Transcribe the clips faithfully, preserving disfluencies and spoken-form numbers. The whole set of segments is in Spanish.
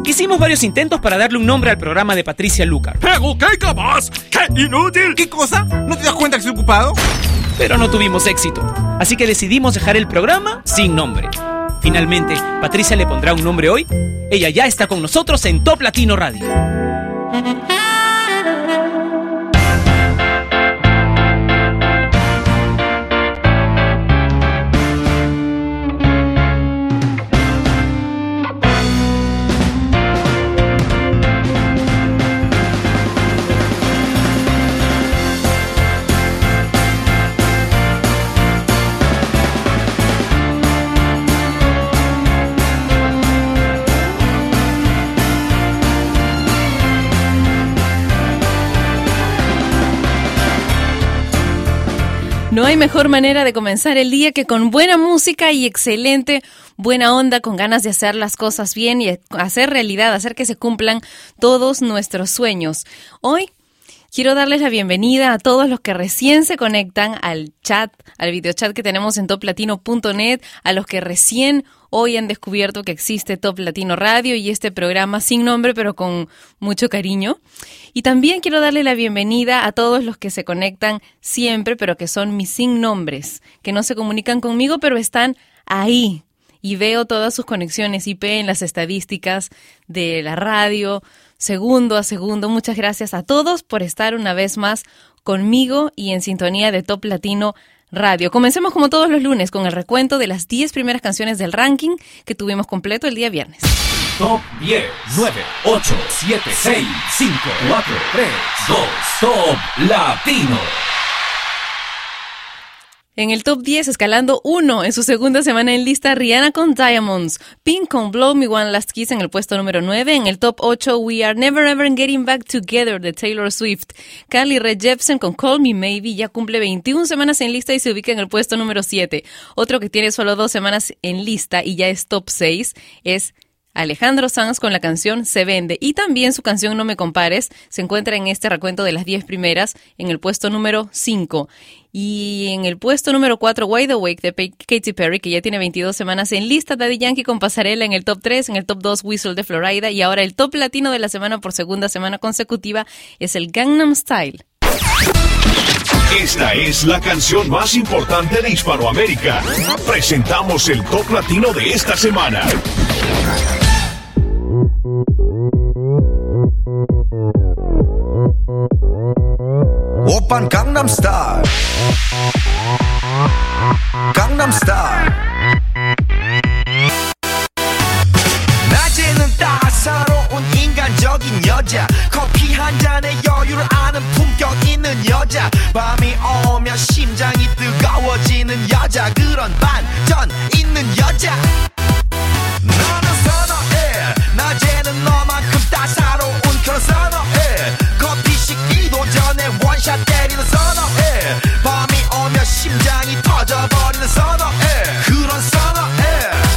Hicimos varios intentos para darle un nombre al programa de Patricia Lucar. ¡Pero qué capaz! ¡Qué inútil! ¿Qué cosa? ¿No te das cuenta que estoy ocupado? Pero no tuvimos éxito, así que decidimos dejar el programa sin nombre. Finalmente, Patricia le pondrá un nombre hoy. Ella ya está con nosotros en Top Latino Radio. No hay mejor manera de comenzar el día que con buena música y excelente buena onda, con ganas de hacer las cosas bien y hacer realidad, hacer que se cumplan todos nuestros sueños. Hoy quiero darles la bienvenida a todos los que recién se conectan al chat, al videochat que tenemos en top latino punto net, a los que recién hoy han descubierto que existe Top Latino Radio y este programa sin nombre pero con mucho cariño. Y también quiero darle la bienvenida a todos los que se conectan siempre pero que son mis sin nombres, que no se comunican conmigo pero están ahí. Y veo todas sus conexiones I P en las estadísticas de la radio, segundo a segundo. Muchas gracias a todos por estar una vez más conmigo y en sintonía de Top Latino Radio. Comencemos como todos los lunes con el recuento de las diez primeras canciones del ranking que tuvimos completo el día viernes. Top diez, nueve, ocho, siete, seis, cinco, cuatro, tres, dos, Top Latino. En el top diez, escalando uno en su segunda semana en lista, Rihanna con Diamonds, Pink con Blow Me One Last Kiss en el puesto número nueve. En el top ocho, We Are Never Ever Getting Back Together de Taylor Swift. Carly Rae Jepsen con Call Me Maybe ya cumple veintiuna semanas en lista y se ubica en el puesto número siete. Otro que tiene solo dos semanas en lista y ya es top seis es Alejandro Sanz con la canción Se Vende, y también su canción No Me Compares se encuentra en este recuento de las diez primeras en el puesto número cinco. Y en el puesto número cuatro, Wide Awake de Katy Perry, que ya tiene veintidós semanas en lista. Daddy Yankee con Pasarela en el top tres. En el top dos, Whistle de Florida. Y ahora el top latino de la semana por segunda semana consecutiva es el Gangnam Style. Esta es la canción más importante de Hispanoamérica. Presentamos el top latino de esta semana. 오빤 강남 스타일 강남 스타일 낮에는 따사로운 인간적인 여자 커피 한 잔에 여유를 아는 품격 있는 여자 밤이 오면 심장이 뜨거워지는 여자 그런 반전 있는 여자 너는 선호해 낮에는 너만큼 따사로운 그런 선호해 커피 식기도 전에 원샷 때리는 선호해 밤이 오면 심장이 터져버리는 선호해 그런 선호해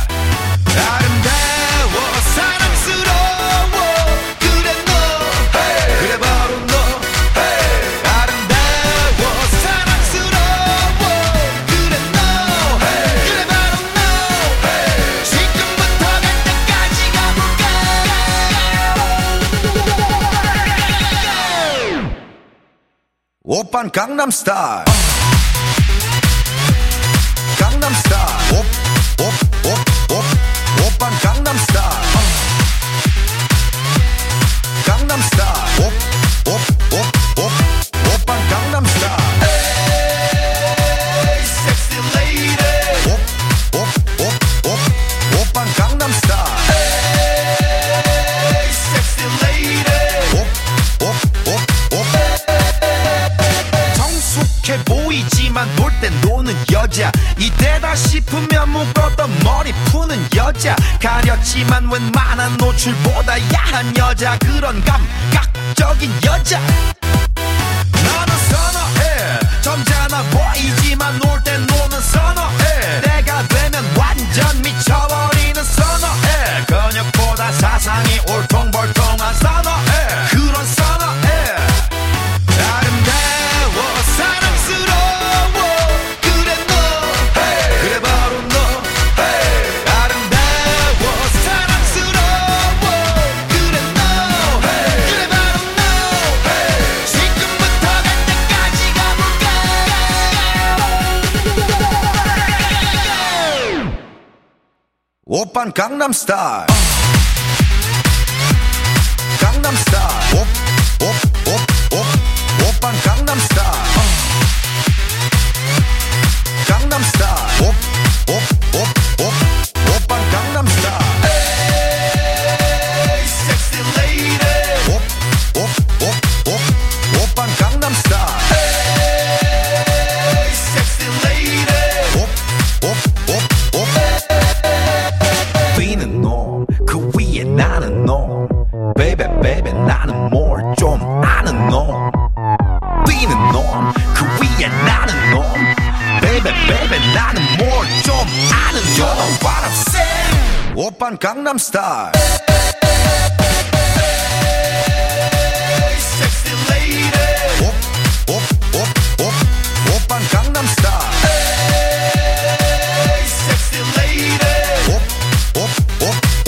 아름다워 사랑스러워 그래 너 hey. 그래 바로 너 hey. 아름다워 사랑스러워 그래 너 hey. 그래 바로 너 hey. 지금부터 갈 때까지 가볼까 오빤 강남 스타일 강남 스타일 옵옵옵옵 오빤 강남 스타일 강남 스타일 옵옵옵옵 오빤 강남 스타일 에이 섹시 레이디 옵옵옵옵 오빤 강남 스타일 에이 섹시 레이디 옵옵옵옵 성숙해 보이지만 놀 땐 노는 여자 이때다 싶으면 묶었던 머리 푸는 여자 가렸지만 웬만한 노출보다 야한 여자 그런 감각적인 여자 나는 선호해 점잖아 보이지만 놀 땐 노는 선호해 내가 되면 완전 미쳐버리는 선호해 근육보다 사상이 울퉁불퉁한 선호해 그런 선호해 아름다워 사랑스러워 그래 너 hey. 그래 바로 너 hey. 아름다워 사랑스러워 오빤 강남스타일 강남스타일 오, 오, 오, 오, 오빤 강남스타일 강남스타일 오, 오, 오, 오, 오빤 강남스타일 에이 섹시 레이디 오, 오, 오, 오, 오빤 강남스타일 에이 섹시 레이디 오, 오, 오, 오 뛰는 놈 그 위에 나는 놈 Baby baby 나는 뭘 좀 아는 놈 뛰는 놈 그 위에 나는 놈 Baby baby 나는 뭘 좀 아는 놈 You know what I'm saying 오빤 강남스타일 Sexy lady 오, 오, 오, 오, 오빤 강남스타일 Sexy lady 오, 오, 오,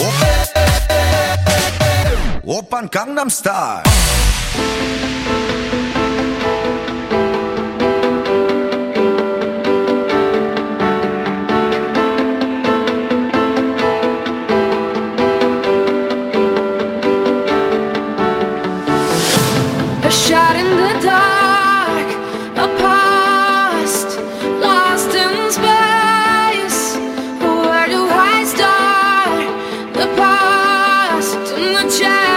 오 오빤 강남스타일 A shot in the dark, a past lost in space. Where do I start? The past and the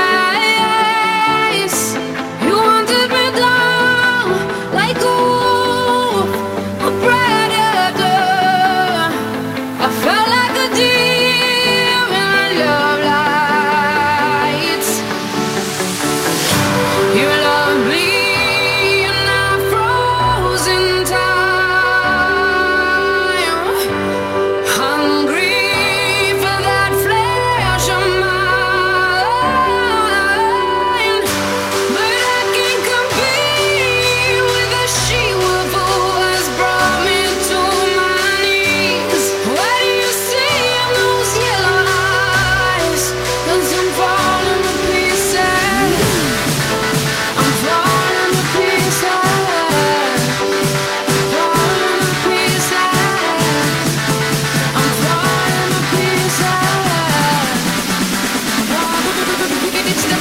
chase. You wanted me down like a wolf, a predator. I felt like a deer in the love lights. You love me and I froze in time, hungry for that flesh of mine. But I can't compete with the she-wolf who has brought me to my knees. What do you see in those yellow eyes? 'Cause I'm falling to pieces. I'm falling to pieces, falling to pieces. I'm falling to pieces.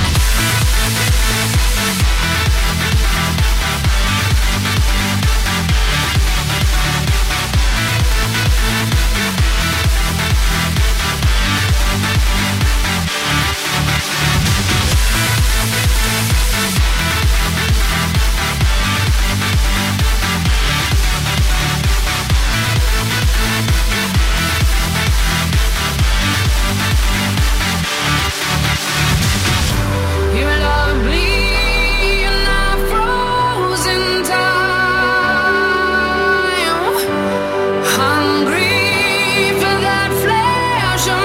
You love me and I froze in time, hungry for that flesh of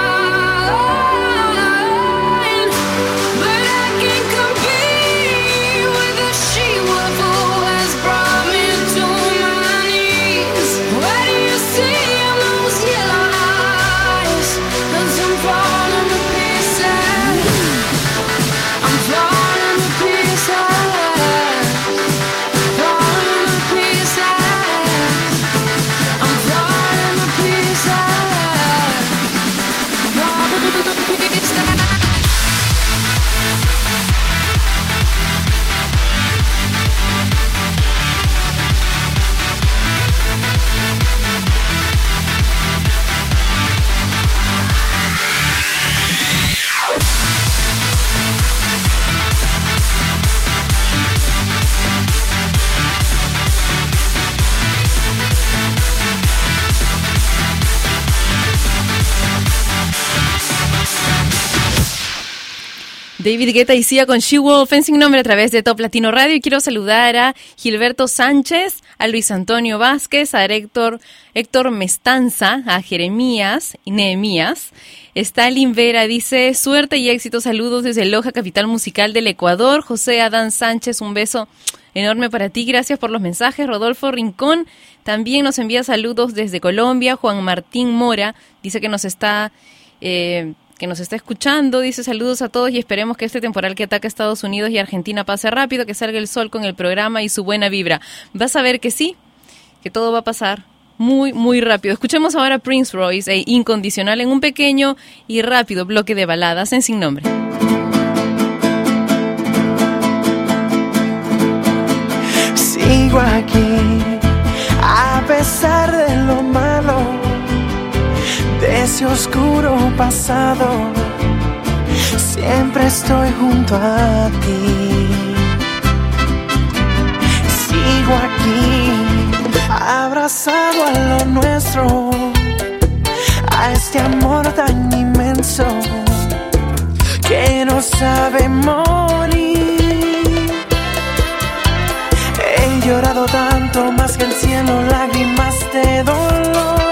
mine. But I can't compete with the she-wolf who has brought me to my knees. What do you see in those yellow eyes? 'Cause I'm falling to pieces. I'm falling to pieces, falling to pieces. I'm falling to pieces, falling to pieces. David Guetta y Sia con She-Wolf en Sin Nombre a través de Top Latino Radio. Y quiero saludar a Gilberto Sánchez, a Luis Antonio Vázquez, a Héctor, Héctor Mestanza, a Jeremías y Nehemías. Stalin Vera dice, suerte y éxito, saludos desde Loja, capital musical del Ecuador. José Adán Sánchez, un beso enorme para ti, gracias por los mensajes. Rodolfo Rincón también nos envía saludos desde Colombia. Juan Martín Mora dice que nos está... Eh, que nos está escuchando, dice saludos a todos y esperemos que este temporal que ataca a Estados Unidos y Argentina pase rápido, que salga el sol con el programa y su buena vibra. Vas a ver que sí, que todo va a pasar muy, muy rápido. Escuchemos ahora Prince Royce e Incondicional en un pequeño y rápido bloque de baladas en Sin Nombre. Sigo aquí, a pesar de lo malo, de ese oscuro pasado, siempre estoy junto a ti. Sigo aquí, abrazado a lo nuestro, a este amor tan inmenso que no sabe morir. He llorado tanto más que el cielo, lágrimas de dolor.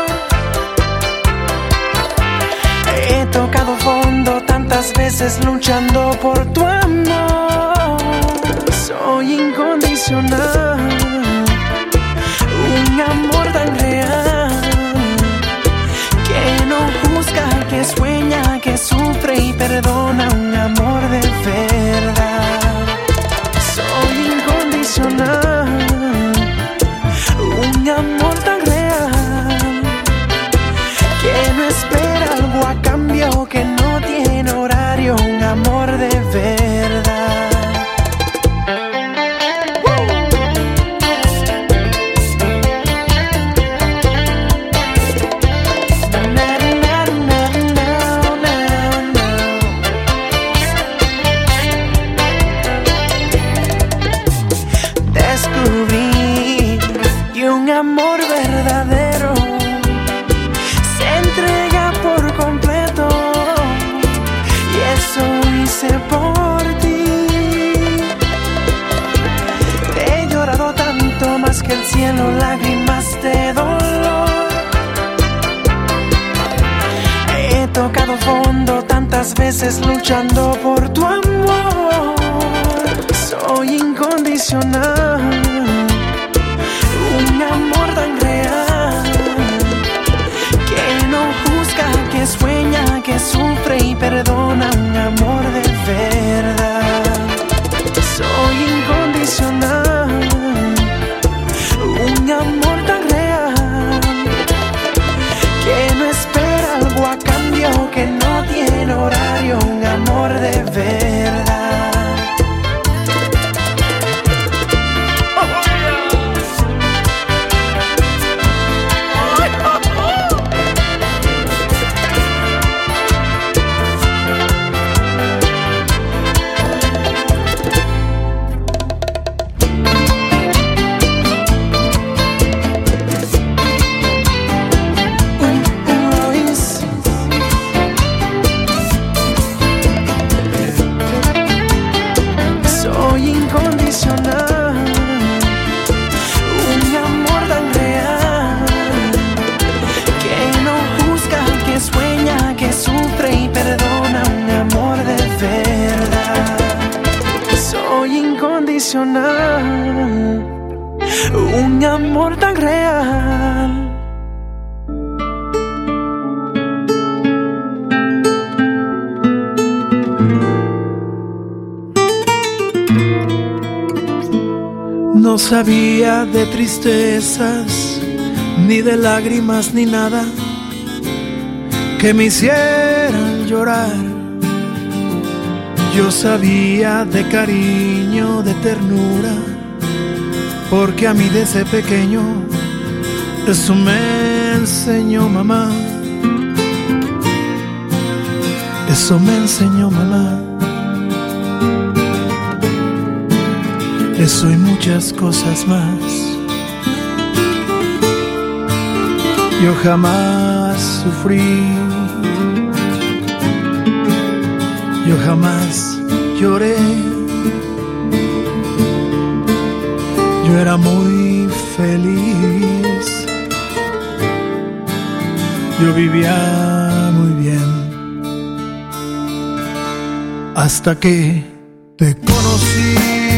He tocado fondo tantas veces luchando por tu amor. Soy incondicional, un amor tan real que no juzga, que sueña, que sufre y perdona, un amor de verdad. Soy incondicional, un amor tan real que no espera algo a cambio, que no tiene horario, un amor de verdad. Descubrí que un amor verdadero se entrega por completo, y eso hice por ti. He llorado tanto más que el cielo, lágrimas de dolor. He tocado fondo tantas veces luchando por tu amor. Soy incondicional, un amor tan real que no juzga, que sueña, que sufre y perdona, un amor de verdad. Soy incondicional, un amor tan real que no espera algo a cambio, que no tiene horario, un amor de verdad. Un amor tan real. No sabía de tristezas, ni de lágrimas, ni nada que me hicieran llorar. Yo sabía de cariño, de ternura, porque a mí desde pequeño eso me enseñó mamá. Eso me enseñó mamá. Eso y muchas cosas más. Yo jamás sufrí, yo jamás lloré. Yo era muy feliz, yo vivía muy bien, hasta que te conocí.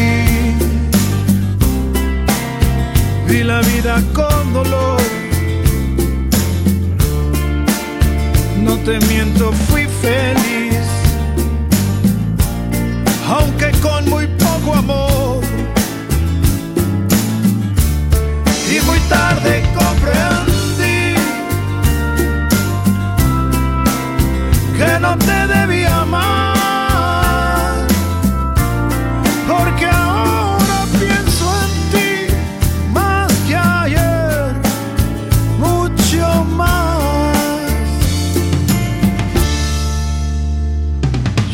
Vi la vida con dolor, no te miento, fui feliz, aunque con muy poco amor. Y muy tarde comprendí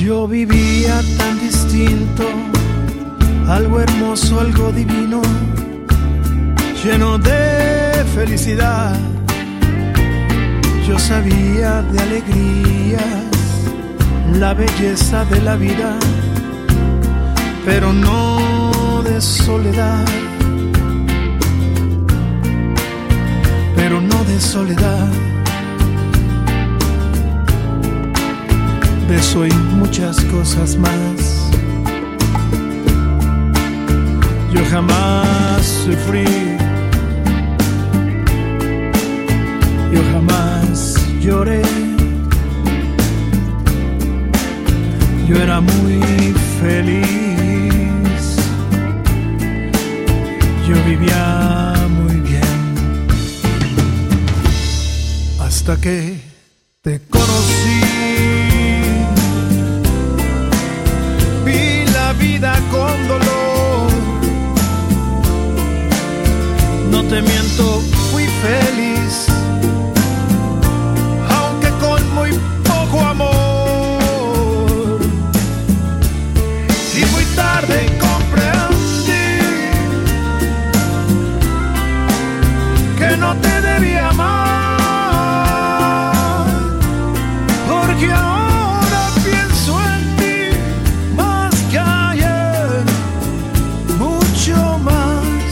Yo vivía tan distinto, algo hermoso, algo divino, lleno de felicidad. Yo sabía de alegrías, la belleza de la vida, pero no de soledad, pero no de soledad. De eso y muchas cosas más. Yo jamás sufrí, yo jamás lloré. Yo era muy feliz, yo vivía muy bien, hasta que te conocí. Vi la vida con dolor, no te miento, fui feliz, aunque con muy poco amor. Y muy tarde comprendí que no te debía amar, porque ahora pienso en ti más que ayer, mucho más.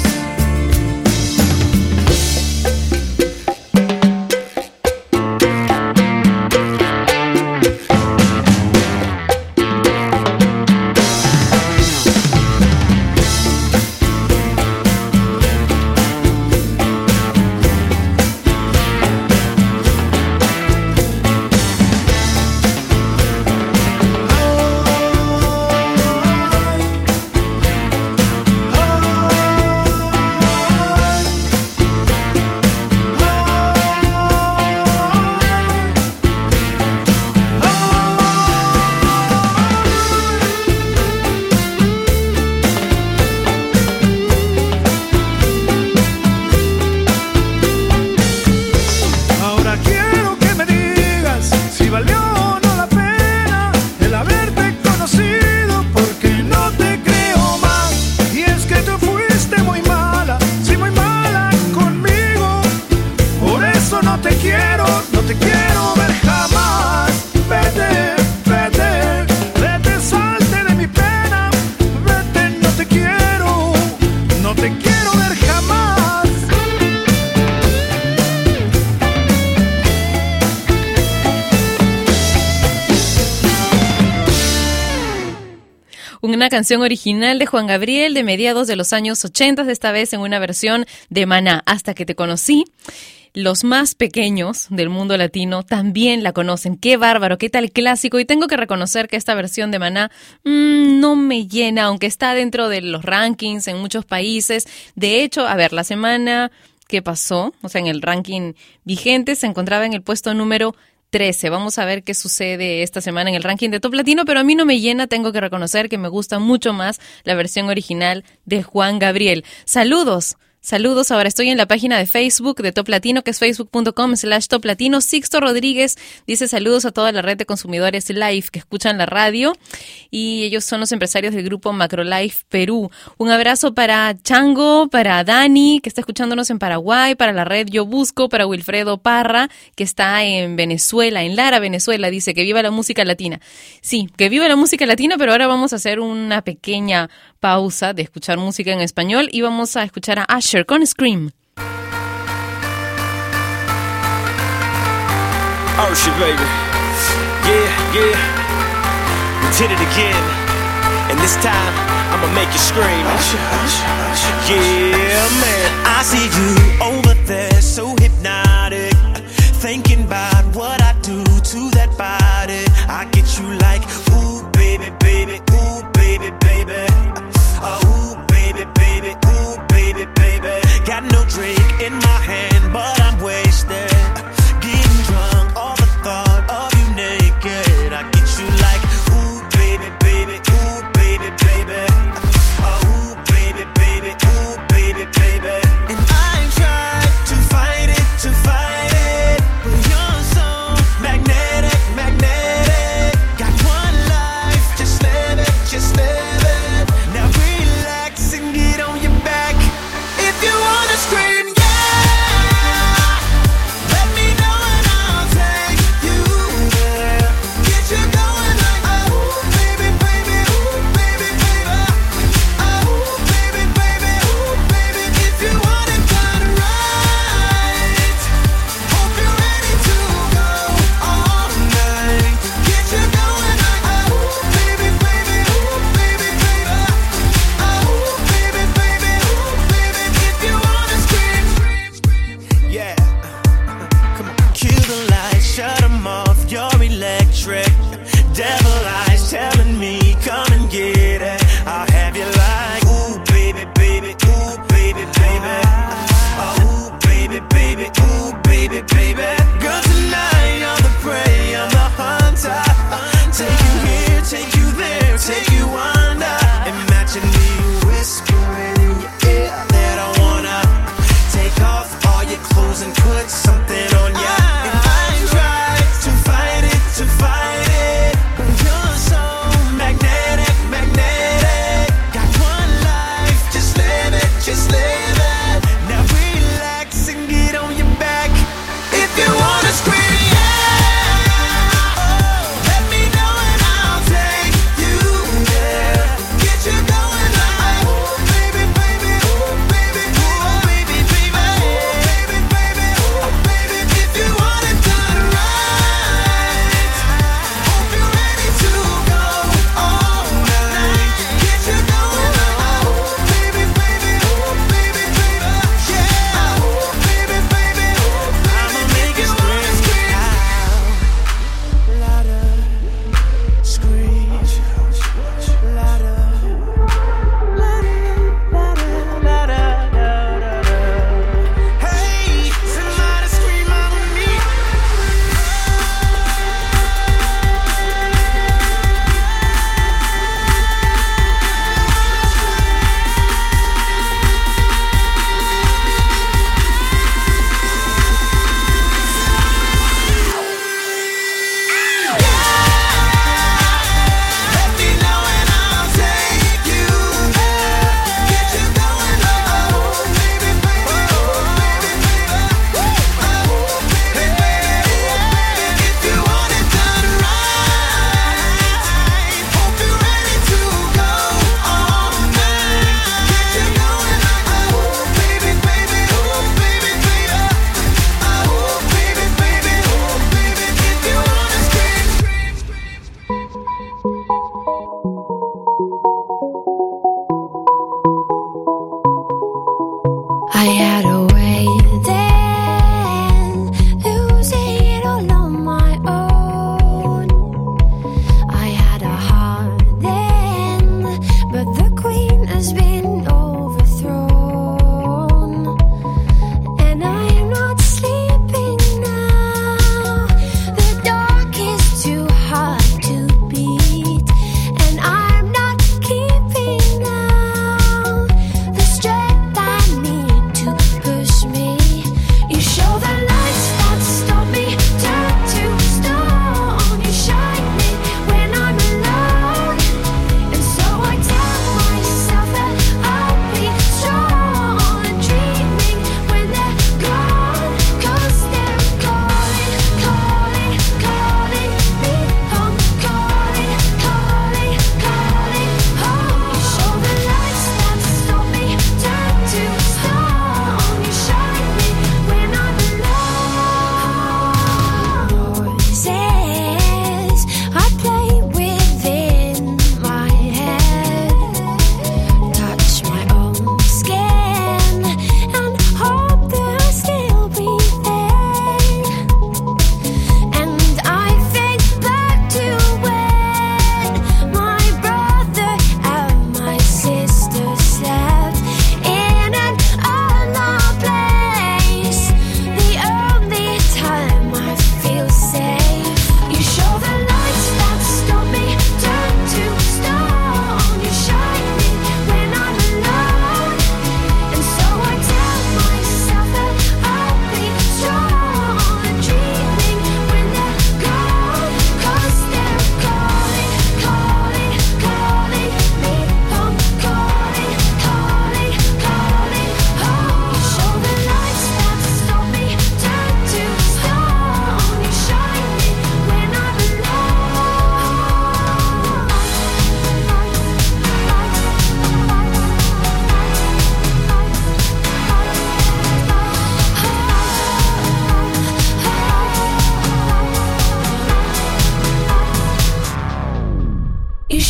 Una canción original de Juan Gabriel de mediados de los años ochenta, esta vez en una versión de Maná, Hasta que te conocí. Los más pequeños del mundo latino también la conocen. ¡Qué bárbaro! ¡Qué tal clásico! Y tengo que reconocer que esta versión de Maná mmm, no me llena, aunque está dentro de los rankings en muchos países. De hecho, a ver, la semana que pasó, o sea, en el ranking vigente, se encontraba en el puesto número trece. Vamos a ver qué sucede esta semana en el ranking de Top Latino, pero a mí no me llena, tengo que reconocer que me gusta mucho más la versión original de Juan Gabriel. ¡Saludos! Saludos, ahora estoy en la página de Facebook de Top Latino, que es facebook.com slash Top Latino. Sixto Rodríguez dice saludos a toda la red de consumidores live que escuchan la radio, y ellos son los empresarios del grupo Macrolife Perú. Un abrazo para Chango, para Dani, que está escuchándonos en Paraguay, para la red Yo Busco, para Wilfredo Parra, que está en Venezuela, en Lara, Venezuela. Dice que viva la música latina. Sí, que viva la música latina, pero ahora vamos a hacer una pequeña pausa de escuchar música en español y vamos a escuchar a Usher con Scream. Usher, baby. Yeah, yeah. We did it again. And this time, I'ma make you scream. Usher, Usher, Usher. Yeah, man. I see you over there, so hypnotic. Thinking about what I do to that body. I get you like, ooh, baby, baby, ooh, baby, baby. Oh, baby, baby, ooh, baby, baby. Got no drink in my hand, but I'm wasted. Getting drunk, all the thought of you naked. I get you like, ooh, baby, baby, ooh, baby, baby. Oh, baby, baby, ooh, baby, baby. And I ain't tried to fight it, to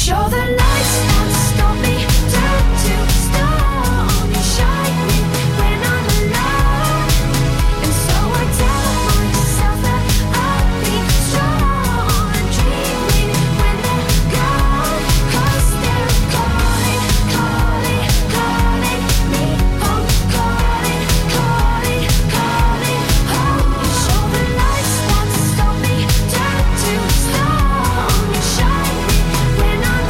show the lights that stop me, turn to stone. You shine me when I'm alone, and so I tell myself that I'll be strong and dreaming when they're gone, 'cause they're calling, calling, calling me home, calling, calling, calling home. You show the lights that stop me, turn to stone. You shine me when I'm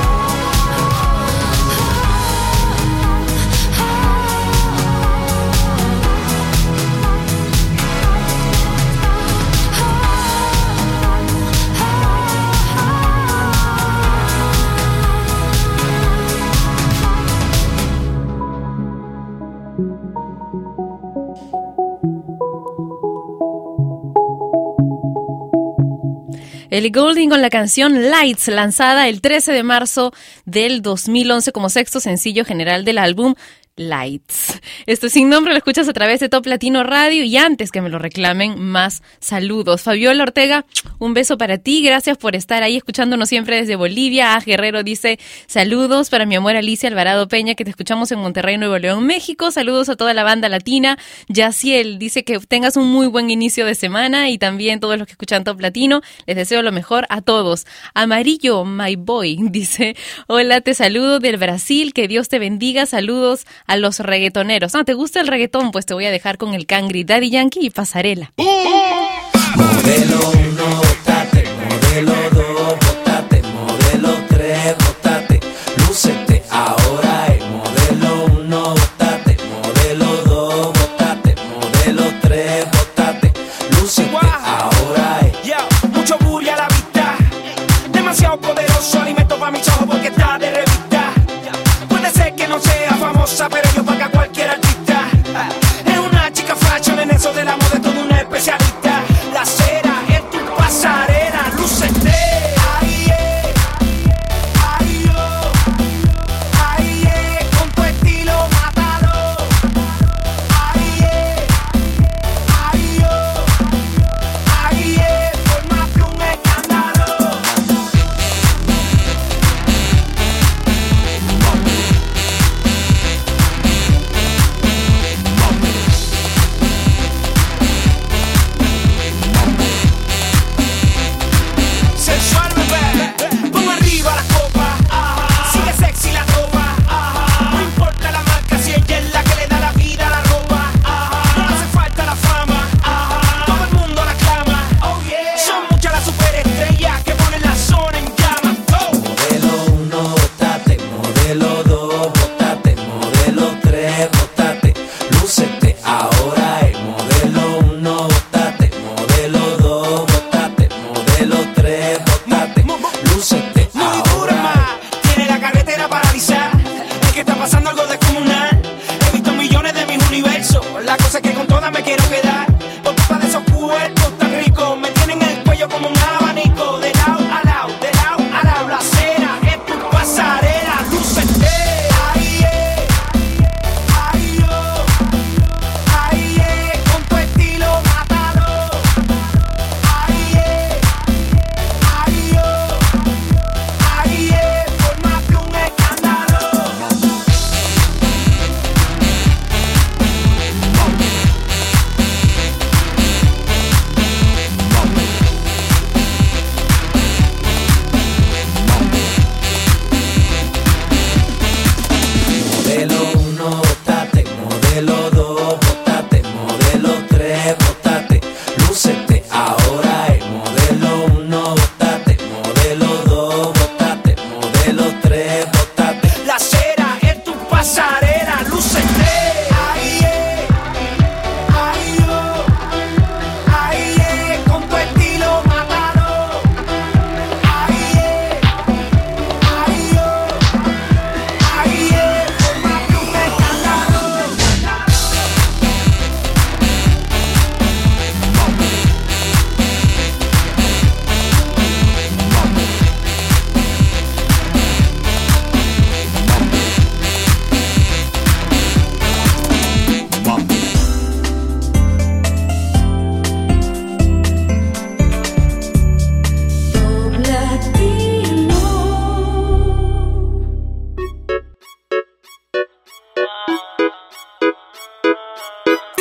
Ellie Goulding con la canción Lights, lanzada el trece de marzo del dos mil once como sexto sencillo general del álbum Lights. Esto Sin Nombre lo escuchas a través de Top Latino Radio, y antes que me lo reclamen, más saludos. Fabiola Ortega, un beso para ti, gracias por estar ahí escuchándonos siempre desde Bolivia. A Guerrero dice saludos para mi amor Alicia Alvarado Peña, que te escuchamos en Monterrey, Nuevo León, México. Saludos a toda la banda latina. Yaciel dice que tengas un muy buen inicio de semana, y también todos los que escuchan Top Latino, les deseo lo mejor a todos. Amarillo, my boy, dice hola, te saludo del Brasil, que Dios te bendiga, saludos a los reggaetoneros. No, ¿te gusta el reggaetón? Pues te voy a dejar con el Cangri, Daddy Yankee y Pasarela. Modelo uno, botate, modelo dos, botate, modelo tres, botate, lúcete, ahora es modelo uno, botate, modelo dos, botate, modelo tres, botate, lúcete, ahora es. Yo, mucho booty a la vista, demasiado poderoso, alimento para mis ojos porque está de revista. Puede ser que no sea famosa, pero yo paga cualquier artista. Es una chica fashion, en eso de la moda es todo una especialista. La cera es tu pasarela, lúcete. Ahí es, ahí yo, ahí es, con tu estilo mátalo. Ahí es, ahí yo, ahí es, formate un escándalo.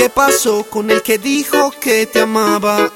¿Qué pasó con el que dijo que te amaba?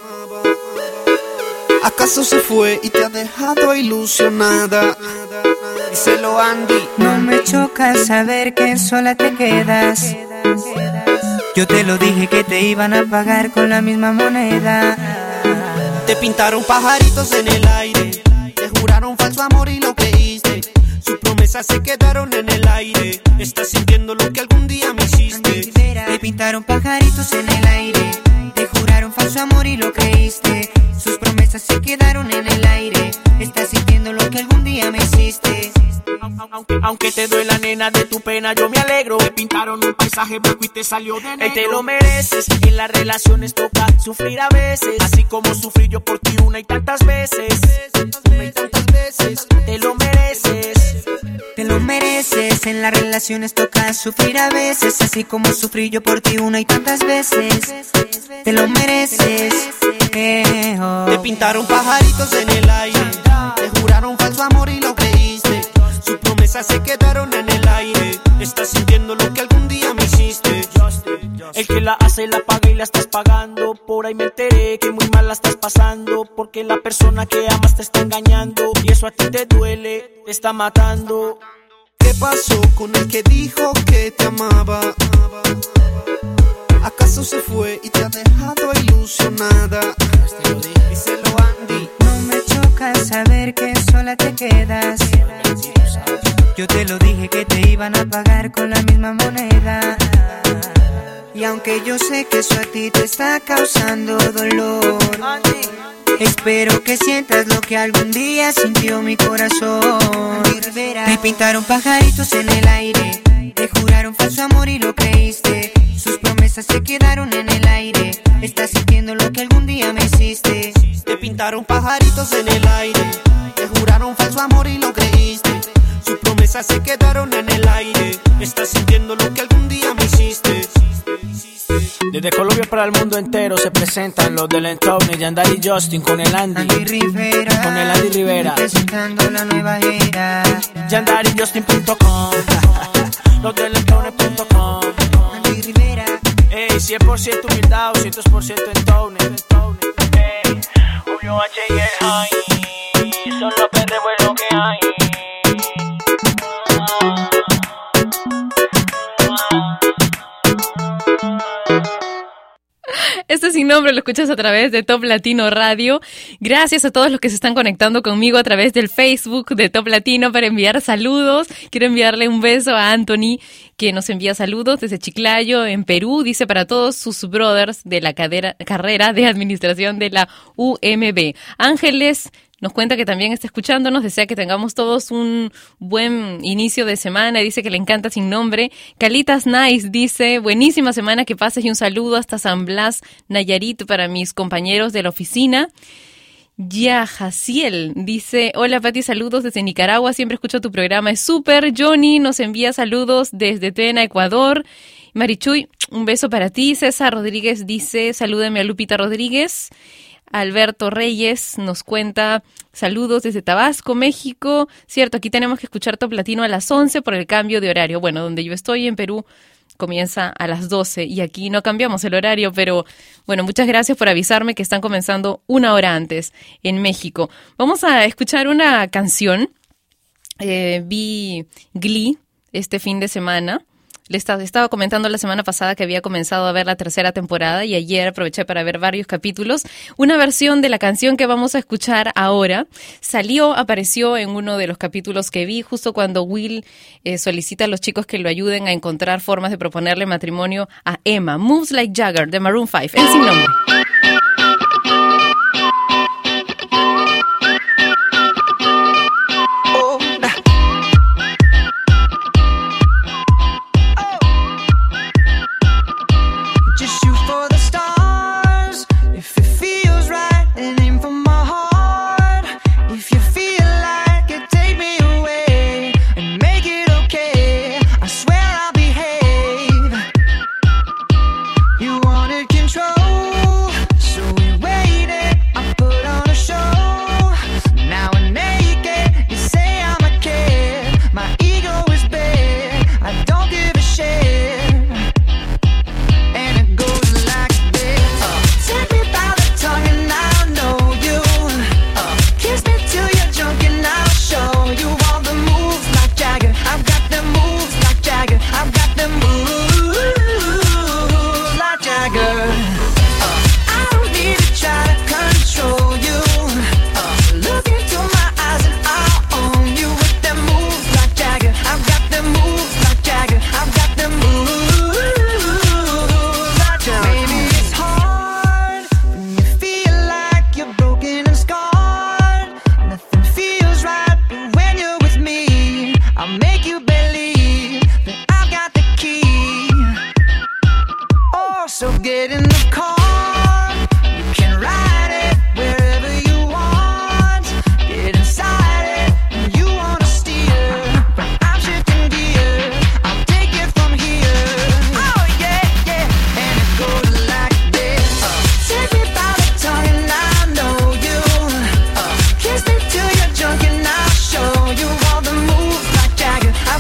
¿Acaso se fue y te ha dejado ilusionada? Díselo, Andy. No me choca saber que sola te quedas. Yo te lo dije que te iban a pagar con la misma moneda. Te pintaron pajaritos en el aire, te juraron falso amor y lo creíste. Sus promesas se quedaron en el aire. Estás sintiendo lo que algún día me hiciste. Te pintaron pajaritos en el aire, te juraron falso amor y lo creíste. Sus promesas se quedaron en el aire. Estás sintiendo lo que algún día me hiciste. Aunque, aunque te duela, nena, de tu pena yo me alegro. Te pintaron un paisaje blanco y te salió de negro. Y te lo mereces, en las relaciones toca sufrir a veces, así como sufrí yo por ti una y tantas veces. Una y tantas veces, te lo mereces. Te lo mereces, en las relaciones toca sufrir a veces, así como sufrí yo por ti una y tantas veces. Te lo mereces, eh, oh. Te pintaron pajaritos en el aire, te juraron falso amor y lo creíste. Sus promesas se quedaron en el aire. Estás sintiendo lo que algún día me hiciste. El que la hace la paga y la estás pagando. Por ahí me enteré que muy mal la estás pasando, porque la persona que amas te está engañando. Y eso a ti te duele, te está matando. ¿Qué pasó con el que dijo que te amaba? ¿Acaso se fue y te ha dejado ilusionada? Díselo, Andy. No me choca saber que sola te quedas. Yo te lo dije que te iban a pagar con la misma moneda. Y aunque yo sé que eso a ti te está causando dolor, espero que sientas lo que algún día sintió mi corazón. Te pintaron pajaritos en el aire, te juraron falso amor y lo creíste. Sus promesas se quedaron en el aire. Estás sintiendo lo que algún día me hiciste. Te pintaron pajaritos en el aire, te juraron falso amor y lo creíste. Sus promesas se quedaron en el aire. Estás sintiendo lo que algún día me hiciste. Desde Colombia para el mundo entero se presentan los del Entoune, Yandari y Justin con el Andy, Andy Rivera, con el Andy Rivera, presentando la nueva era. Yandari Justin punto com, los del Entoune punto com. Andy Rivera, ey, cien por ciento humildad, doscientos por ciento Entoune. Ey, Julio H y el High, son los perros lo que hay. Este Sin Nombre lo escuchas a través de Top Latino Radio. Gracias a todos los que se están conectando conmigo a través del Facebook de Top Latino para enviar saludos. Quiero enviarle un beso a Anthony, que nos envía saludos desde Chiclayo, en Perú. Dice para todos sus brothers de la cadera, carrera de administración de la U M B. Ángeles nos cuenta que también está escuchándonos, desea que tengamos todos un buen inicio de semana, dice que le encanta Sin Nombre. Calitas Nice dice, buenísima semana que pases y un saludo hasta San Blas, Nayarit, para mis compañeros de la oficina. Yajaciel dice, hola Pati, saludos desde Nicaragua, siempre escucho tu programa, es súper. Johnny nos envía saludos desde Tena, Ecuador. Marichuy, un beso para ti. César Rodríguez dice, salúdame a Lupita Rodríguez. Alberto Reyes nos cuenta saludos desde Tabasco, México. Cierto, aquí tenemos que escuchar Top Latino a las once por el cambio de horario. Bueno, donde yo estoy en Perú comienza a las doce y aquí no cambiamos el horario, pero bueno, muchas gracias por avisarme que están comenzando una hora antes en México. Vamos a escuchar una canción. Eh, vi Glee este fin de semana. Le estaba, estaba comentando la semana pasada que había comenzado a ver la tercera temporada y ayer aproveché para ver varios capítulos. Una versión de la canción que vamos a escuchar ahora salió, apareció en uno de los capítulos que vi justo cuando Will eh, solicita a los chicos que lo ayuden a encontrar formas de proponerle matrimonio a Emma. Moves Like Jagger de Maroon five, en Sin Nombre. control. I'll make you believe that I've got the key. Oh, so get in the car. You can ride it wherever you want. Get inside it and you wanna steer. I'm shifting gears. I'll take it from here. Oh yeah, yeah. And it goes like this. Uh, take me by the tongue and I know you. Uh, kiss me till you're drunk and I'll show you all the moves like Jagger.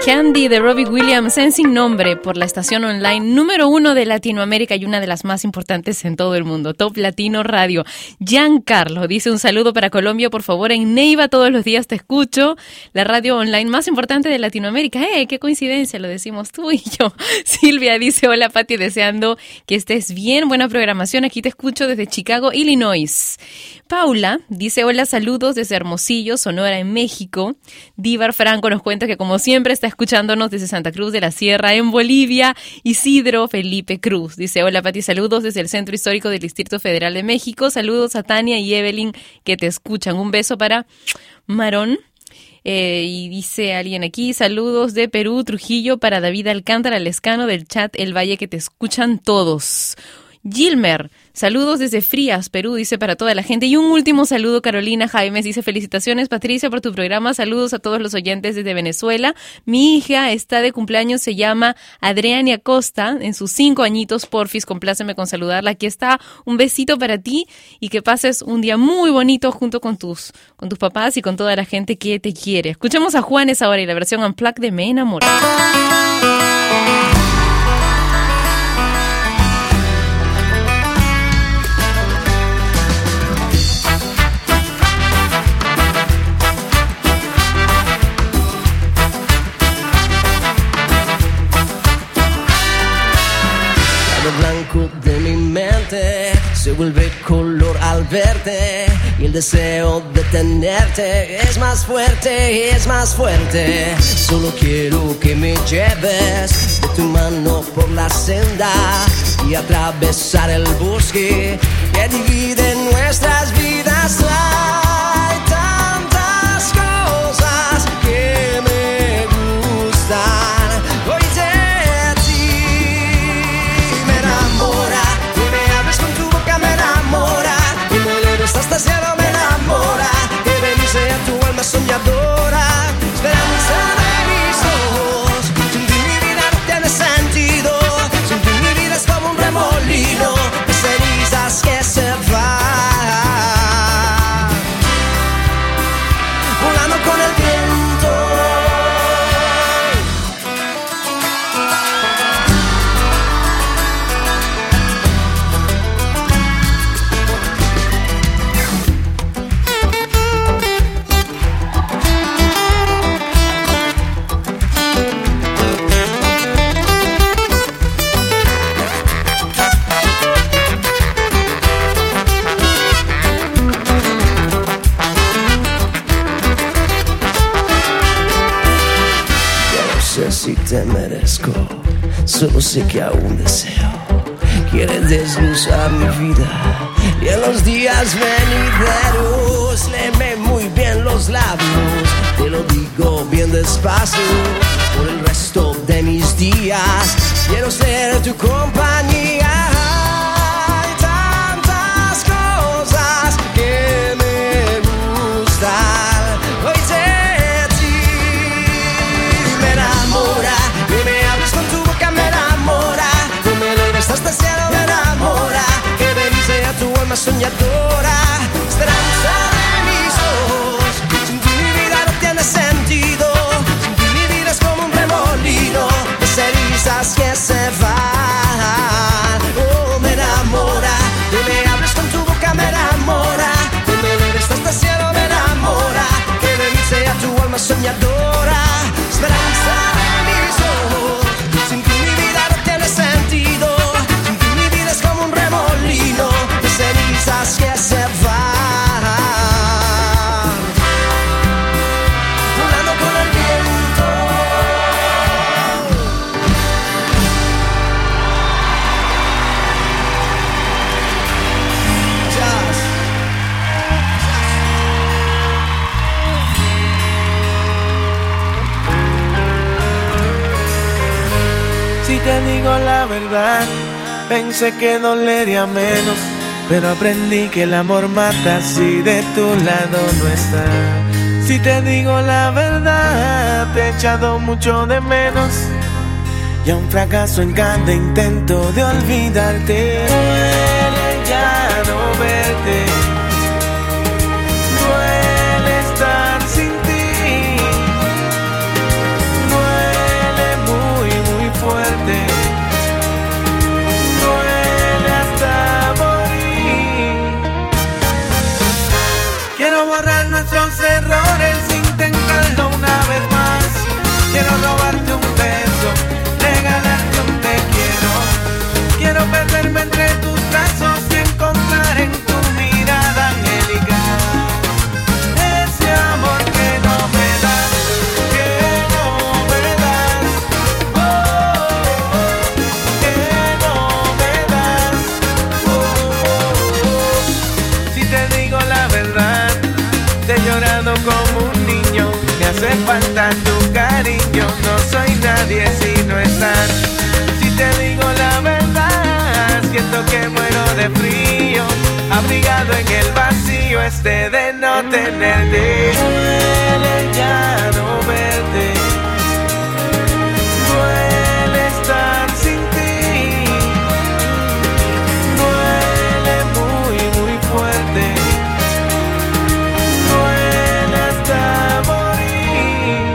Candy de Robbie Williams en Sin Nombre por la estación online número uno de Latinoamérica y una de las más importantes en todo el mundo, Top Latino Radio. Giancarlo dice un saludo para Colombia, por favor, en Neiva todos los días te escucho, la radio online más importante de Latinoamérica. ¡Eh, qué coincidencia! Lo decimos tú y yo. Silvia dice, hola Pati, deseando que estés bien, buena programación, aquí te escucho desde Chicago, Illinois. Paula dice, hola, saludos desde Hermosillo, Sonora, en México. Dívar Franco nos cuenta que como siempre está escuchándonos desde Santa Cruz de la Sierra, en Bolivia. Isidro Felipe Cruz dice, hola Pati, saludos desde el Centro Histórico del Distrito Federal de México. Saludos a Tania y Evelyn que te escuchan. Un beso para Marón. Eh, y dice alguien aquí, saludos de Perú, Trujillo, para David Alcántara Lescano del chat El Valle que te escuchan todos. Gilmer, saludos desde Frías, Perú, dice para toda la gente. Y un último saludo, Carolina Jaimes, dice felicitaciones Patricia por tu programa, saludos a todos los oyentes desde Venezuela. Mi hija está de cumpleaños, se llama Adriania Costa, en sus cinco añitos, porfis, compláceme con saludarla. Aquí está, un besito para ti y que pases un día muy bonito junto con tus, con tus papás y con toda la gente que te quiere. Escuchemos a Juanes ahora y la versión Unplugged de Me Enamoré. Blanco de mi mente se vuelve color al verte y el deseo de tenerte es más fuerte, es más fuerte. Solo quiero que me lleves de tu mano por la senda y atravesar el bosque que divide nuestras vidas. Hay tantas cosas que me gustan. Hasta el cielo me enamora, que de mí sea tu alma soñadora, esperanza de mis ojos. Sin ti mi vida no tiene sentido, sin ti mi vida es como un remolino de cenizas que se van volando con el viento. Si te merezco, solo sé que aún deseo. Quieres desglosar mi vida y en los días venideros léeme muy bien los labios, te lo digo bien despacio. Por el resto de mis días quiero ser tu compañía. Hay tantas cosas que me gustan. Hoy te hasta el cielo me enamora, que de mí sea tu alma soñadora, esperanza de mis ojos. Sin ti mi vida no tiene sentido, sin ti mi vida es como un remolino de cenizas que se van. Oh, me enamora, que me hables con tu boca me enamora, que me eleves hasta el cielo me enamora, que de mí sea tu alma soñadora, esperanza de mis ojos. Sin ti mi vida no tiene sentido, como un remolino de cenizas que se van volando con el viento. Jazz. Si te digo la verdad, pensé que dolería menos, pero aprendí que el amor mata si de tu lado no está. Si te digo la verdad, te he echado mucho de menos y a un fracaso en cada intento de olvidarte. Duele ya no verte, duele estar sin ti, duele que muero de frío, abrigado en el vacío este de no tenerte. Duele ya no verte, duele estar sin ti, duele muy muy fuerte, duele hasta morir.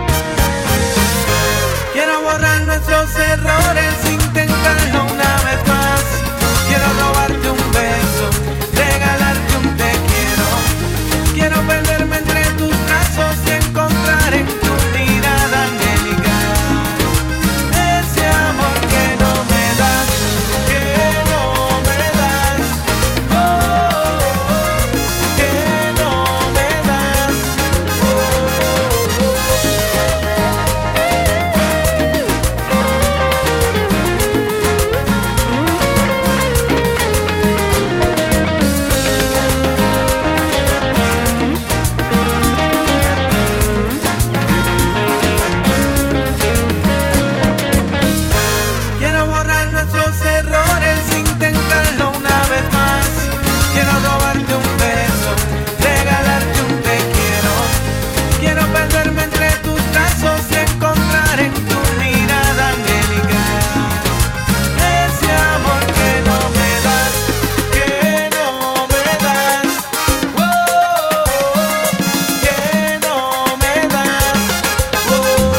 Quiero borrar nuestros errores, intentarlo una vez más. Quiero robarte un beso, regalarte un te quiero. Quiero perderme entre tus brazos y encontrar en tu mirada angélica ese amor que no me das, que no me das, oh, que no me das, oh, oh, oh. Quiero borrar nuestros errores, intentarlo una vez más. Quiero robarte un beso, regalarte un te quiero. Quiero perderme entre tus brazos y encontrar en tu mirada angélica ese amor que no me das, que no me das, oh, que no me das, oh.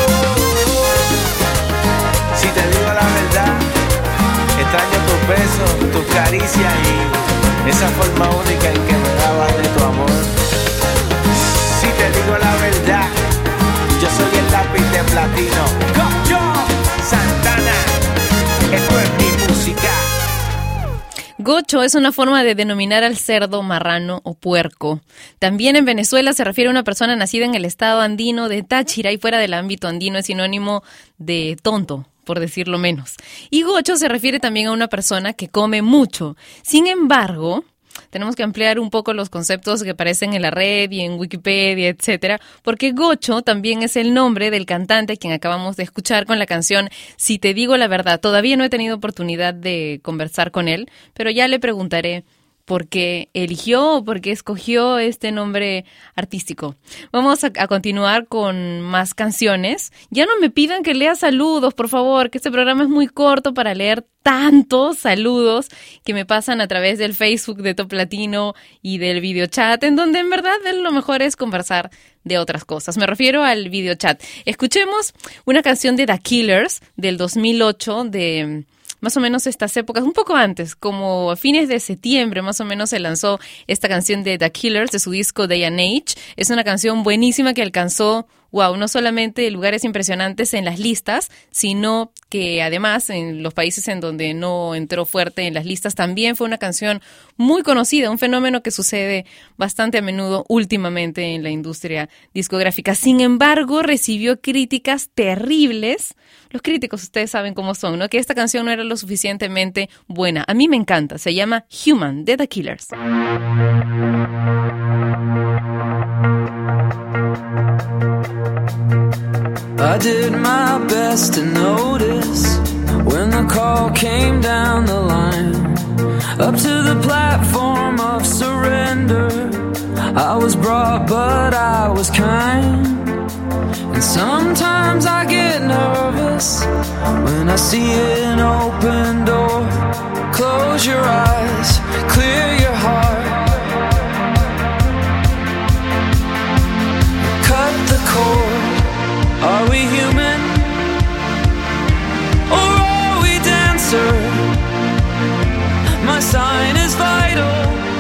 Si te digo la verdad, extraño tus besos, tus caricias y esa forma única en que me dabas de tu amor. Si te digo la verdad, yo soy el lápiz de platino. Gocho Santana, esto es mi música. Gocho es una forma de denominar al cerdo, marrano o puerco. También en Venezuela se refiere a una persona nacida en el estado andino de Táchira y fuera del ámbito andino es sinónimo de tonto, por decirlo menos. Y gocho se refiere también a una persona que come mucho. Sin embargo, tenemos que ampliar un poco los conceptos que aparecen en la red y en Wikipedia, etcétera, porque gocho también es el nombre del cantante a quien acabamos de escuchar con la canción Si te digo la verdad. Todavía no he tenido oportunidad de conversar con él, pero ya le preguntaré por qué eligió o por qué escogió este nombre artístico. Vamos a, a continuar con más canciones. Ya no me pidan que lea saludos, por favor, que este programa es muy corto para leer tantos saludos que me pasan a través del Facebook de Top Latino y del videochat, en donde en verdad lo mejor es conversar de otras cosas. Me refiero al videochat. Escuchemos una canción de The Killers del dos mil ocho, de más o menos estas épocas, un poco antes, como a fines de septiembre más o menos se lanzó esta canción de The Killers de su disco Day and Age. Es una canción buenísima que alcanzó, wow, no solamente lugares impresionantes en las listas, sino que además en los países en donde no entró fuerte en las listas también fue una canción muy conocida, un fenómeno que sucede bastante a menudo últimamente en la industria discográfica. Sin embargo, recibió críticas terribles. Los críticos, ustedes saben cómo son, ¿no? Que esta canción no era lo suficientemente buena. A mí me encanta, se llama Human de The Killers. I did my best to notice when the call came down the line. Up to the platform of surrender, I was brought but I was kind. And sometimes I get nervous when I see an open door. Close your eyes, clear your heart, cut the cord. Are we human or are we dancer? My sign is vital,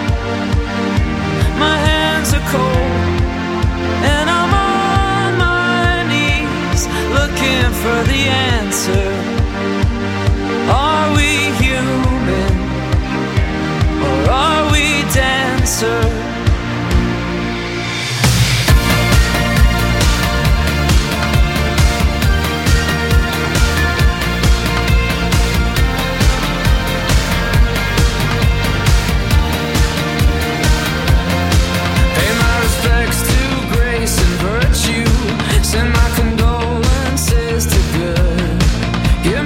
my hands are cold, and I'm on my knees looking for the answer. Are we human or are we dancer? Send my condolences to good. Give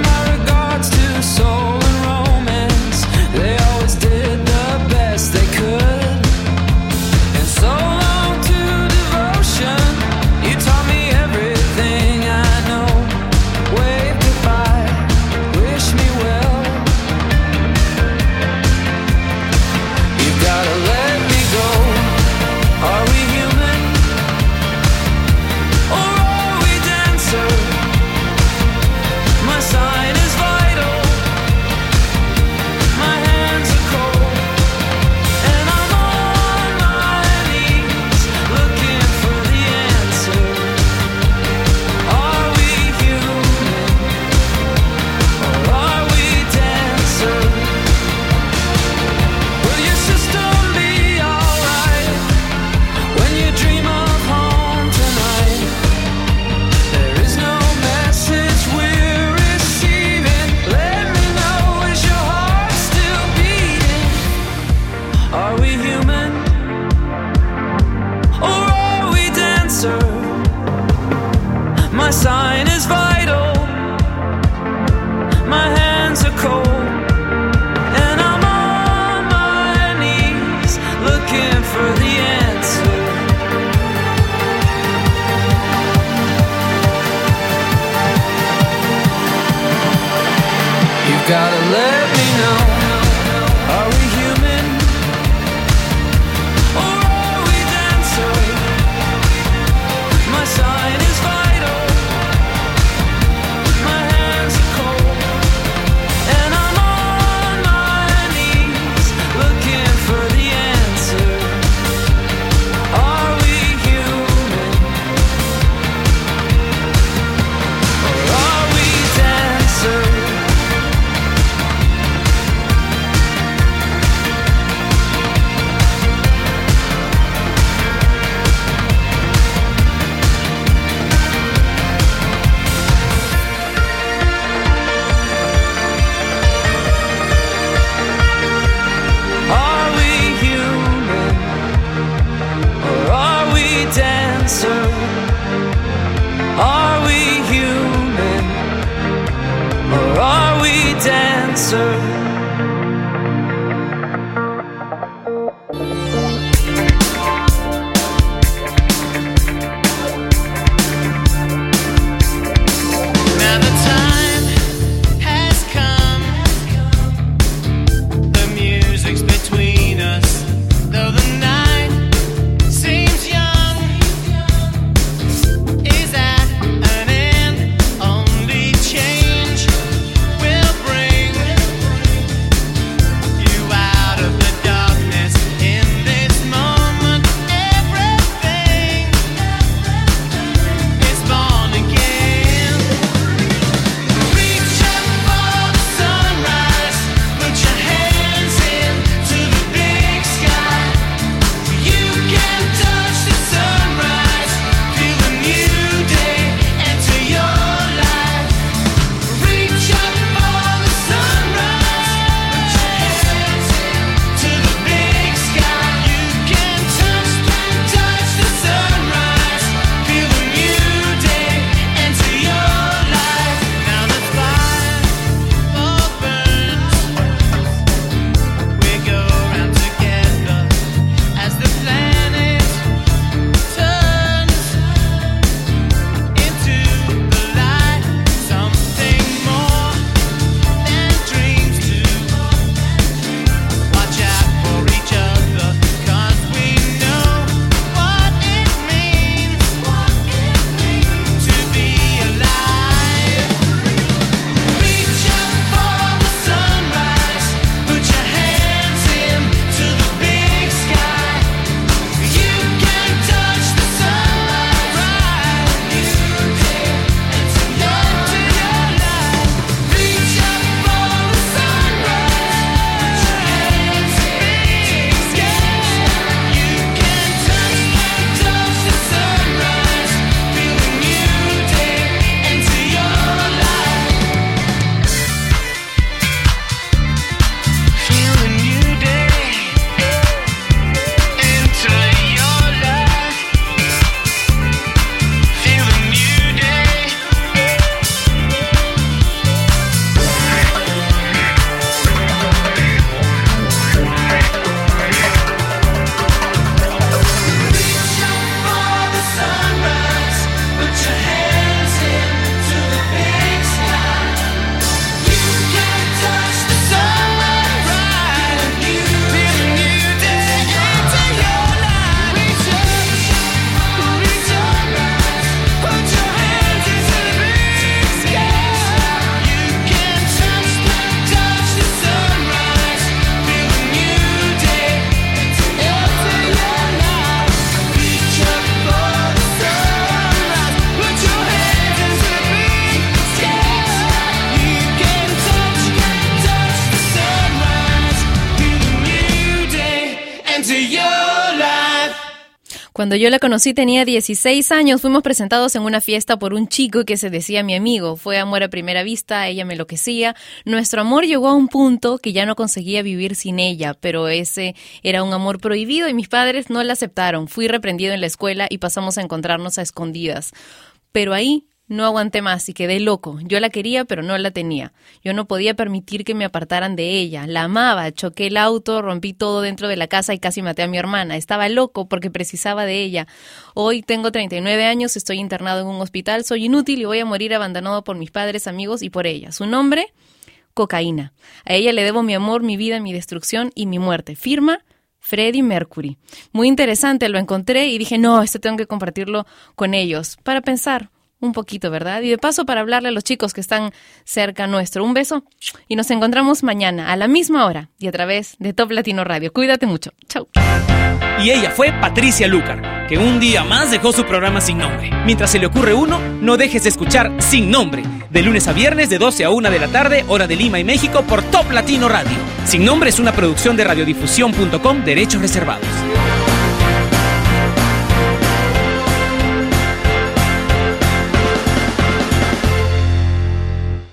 Cuando yo la conocí tenía dieciséis años, fuimos presentados en una fiesta por un chico que se decía mi amigo. Fue amor a primera vista, ella me enloquecía. Nuestro amor llegó a un punto que ya no conseguía vivir sin ella, pero ese era un amor prohibido y mis padres no la aceptaron. Fui reprendido en la escuela y pasamos a encontrarnos a escondidas. Pero ahí no aguanté más y quedé loco. Yo la quería, pero no la tenía. Yo no podía permitir que me apartaran de ella. La amaba, choqué el auto, rompí todo dentro de la casa y casi maté a mi hermana. Estaba loco porque precisaba de ella. Hoy tengo treinta y nueve años, estoy internado en un hospital, soy inútil y voy a morir abandonado por mis padres, amigos y por ella. Su nombre, Cocaína. A ella le debo mi amor, mi vida, mi destrucción y mi muerte. Firma Freddie Mercury. Muy interesante, lo encontré y dije, no, esto tengo que compartirlo con ellos para pensar un poquito, ¿verdad? Y de paso para hablarle a los chicos que están cerca nuestro. Un beso y nos encontramos mañana a la misma hora y a través de Top Latino Radio. Cuídate mucho. Chau. Y ella fue Patricia Lucar, que un día más dejó su programa Sin Nombre. Mientras se le ocurre uno, no dejes de escuchar Sin Nombre, de lunes a viernes de doce a una de la tarde, hora de Lima y México, por Top Latino Radio. Sin Nombre es una producción de radiodifusión punto com, derechos reservados.